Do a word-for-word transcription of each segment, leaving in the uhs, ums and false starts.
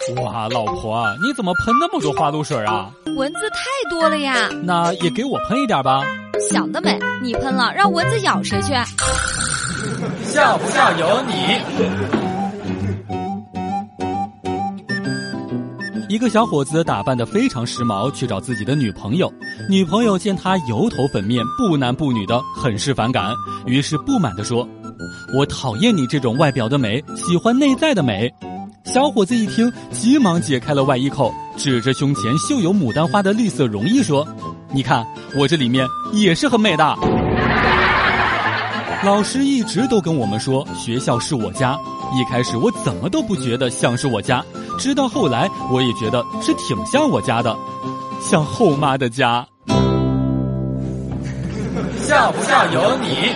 哇，老婆，你怎么喷那么多花露水啊？ 蚊子太多了呀。 那也给我喷一点吧。 想得美，你喷了让蚊子咬谁去？ 笑不笑由你。一个小伙子打扮得非常时髦，去找自己的女朋友。女朋友见他油头粉面，不男不女的，很是反感，于是不满地说：我讨厌你这种外表的美，喜欢内在的美。小伙子一听，急忙解开了外衣扣，指着胸前绣有牡丹花的绿色绒衣说：你看，我这里面也是很美的。老师一直都跟我们说，学校是我家。一开始我怎么都不觉得像是我家，直到后来我也觉得是挺像我家的，像后妈的家。笑不笑由你。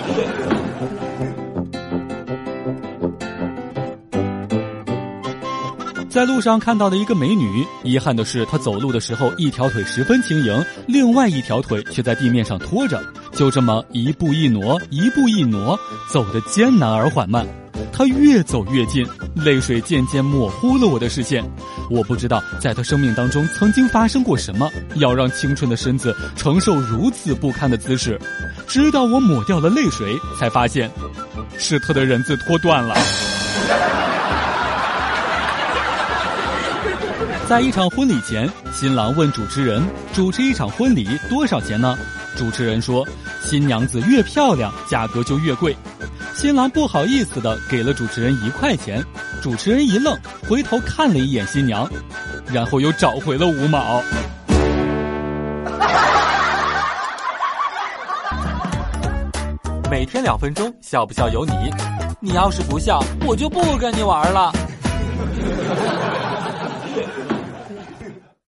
在路上看到了一个美女，遗憾的是她走路的时候一条腿十分轻盈，另外一条腿却在地面上拖着，就这么一步一挪一步一挪，走得艰难而缓慢。她越走越近，泪水渐渐模糊了我的视线。我不知道在她生命当中曾经发生过什么，要让青春的身子承受如此不堪的姿势。直到我抹掉了泪水，才发现是她的人字拖断了。在一场婚礼前，新郎问主持人，主持一场婚礼多少钱呢？主持人说，新娘子越漂亮，价格就越贵。新郎不好意思地给了主持人一块钱，主持人一愣，回头看了一眼新娘，然后又找回了五毛。每天两分钟，笑不笑由你。你要是不笑，我就不跟你玩了。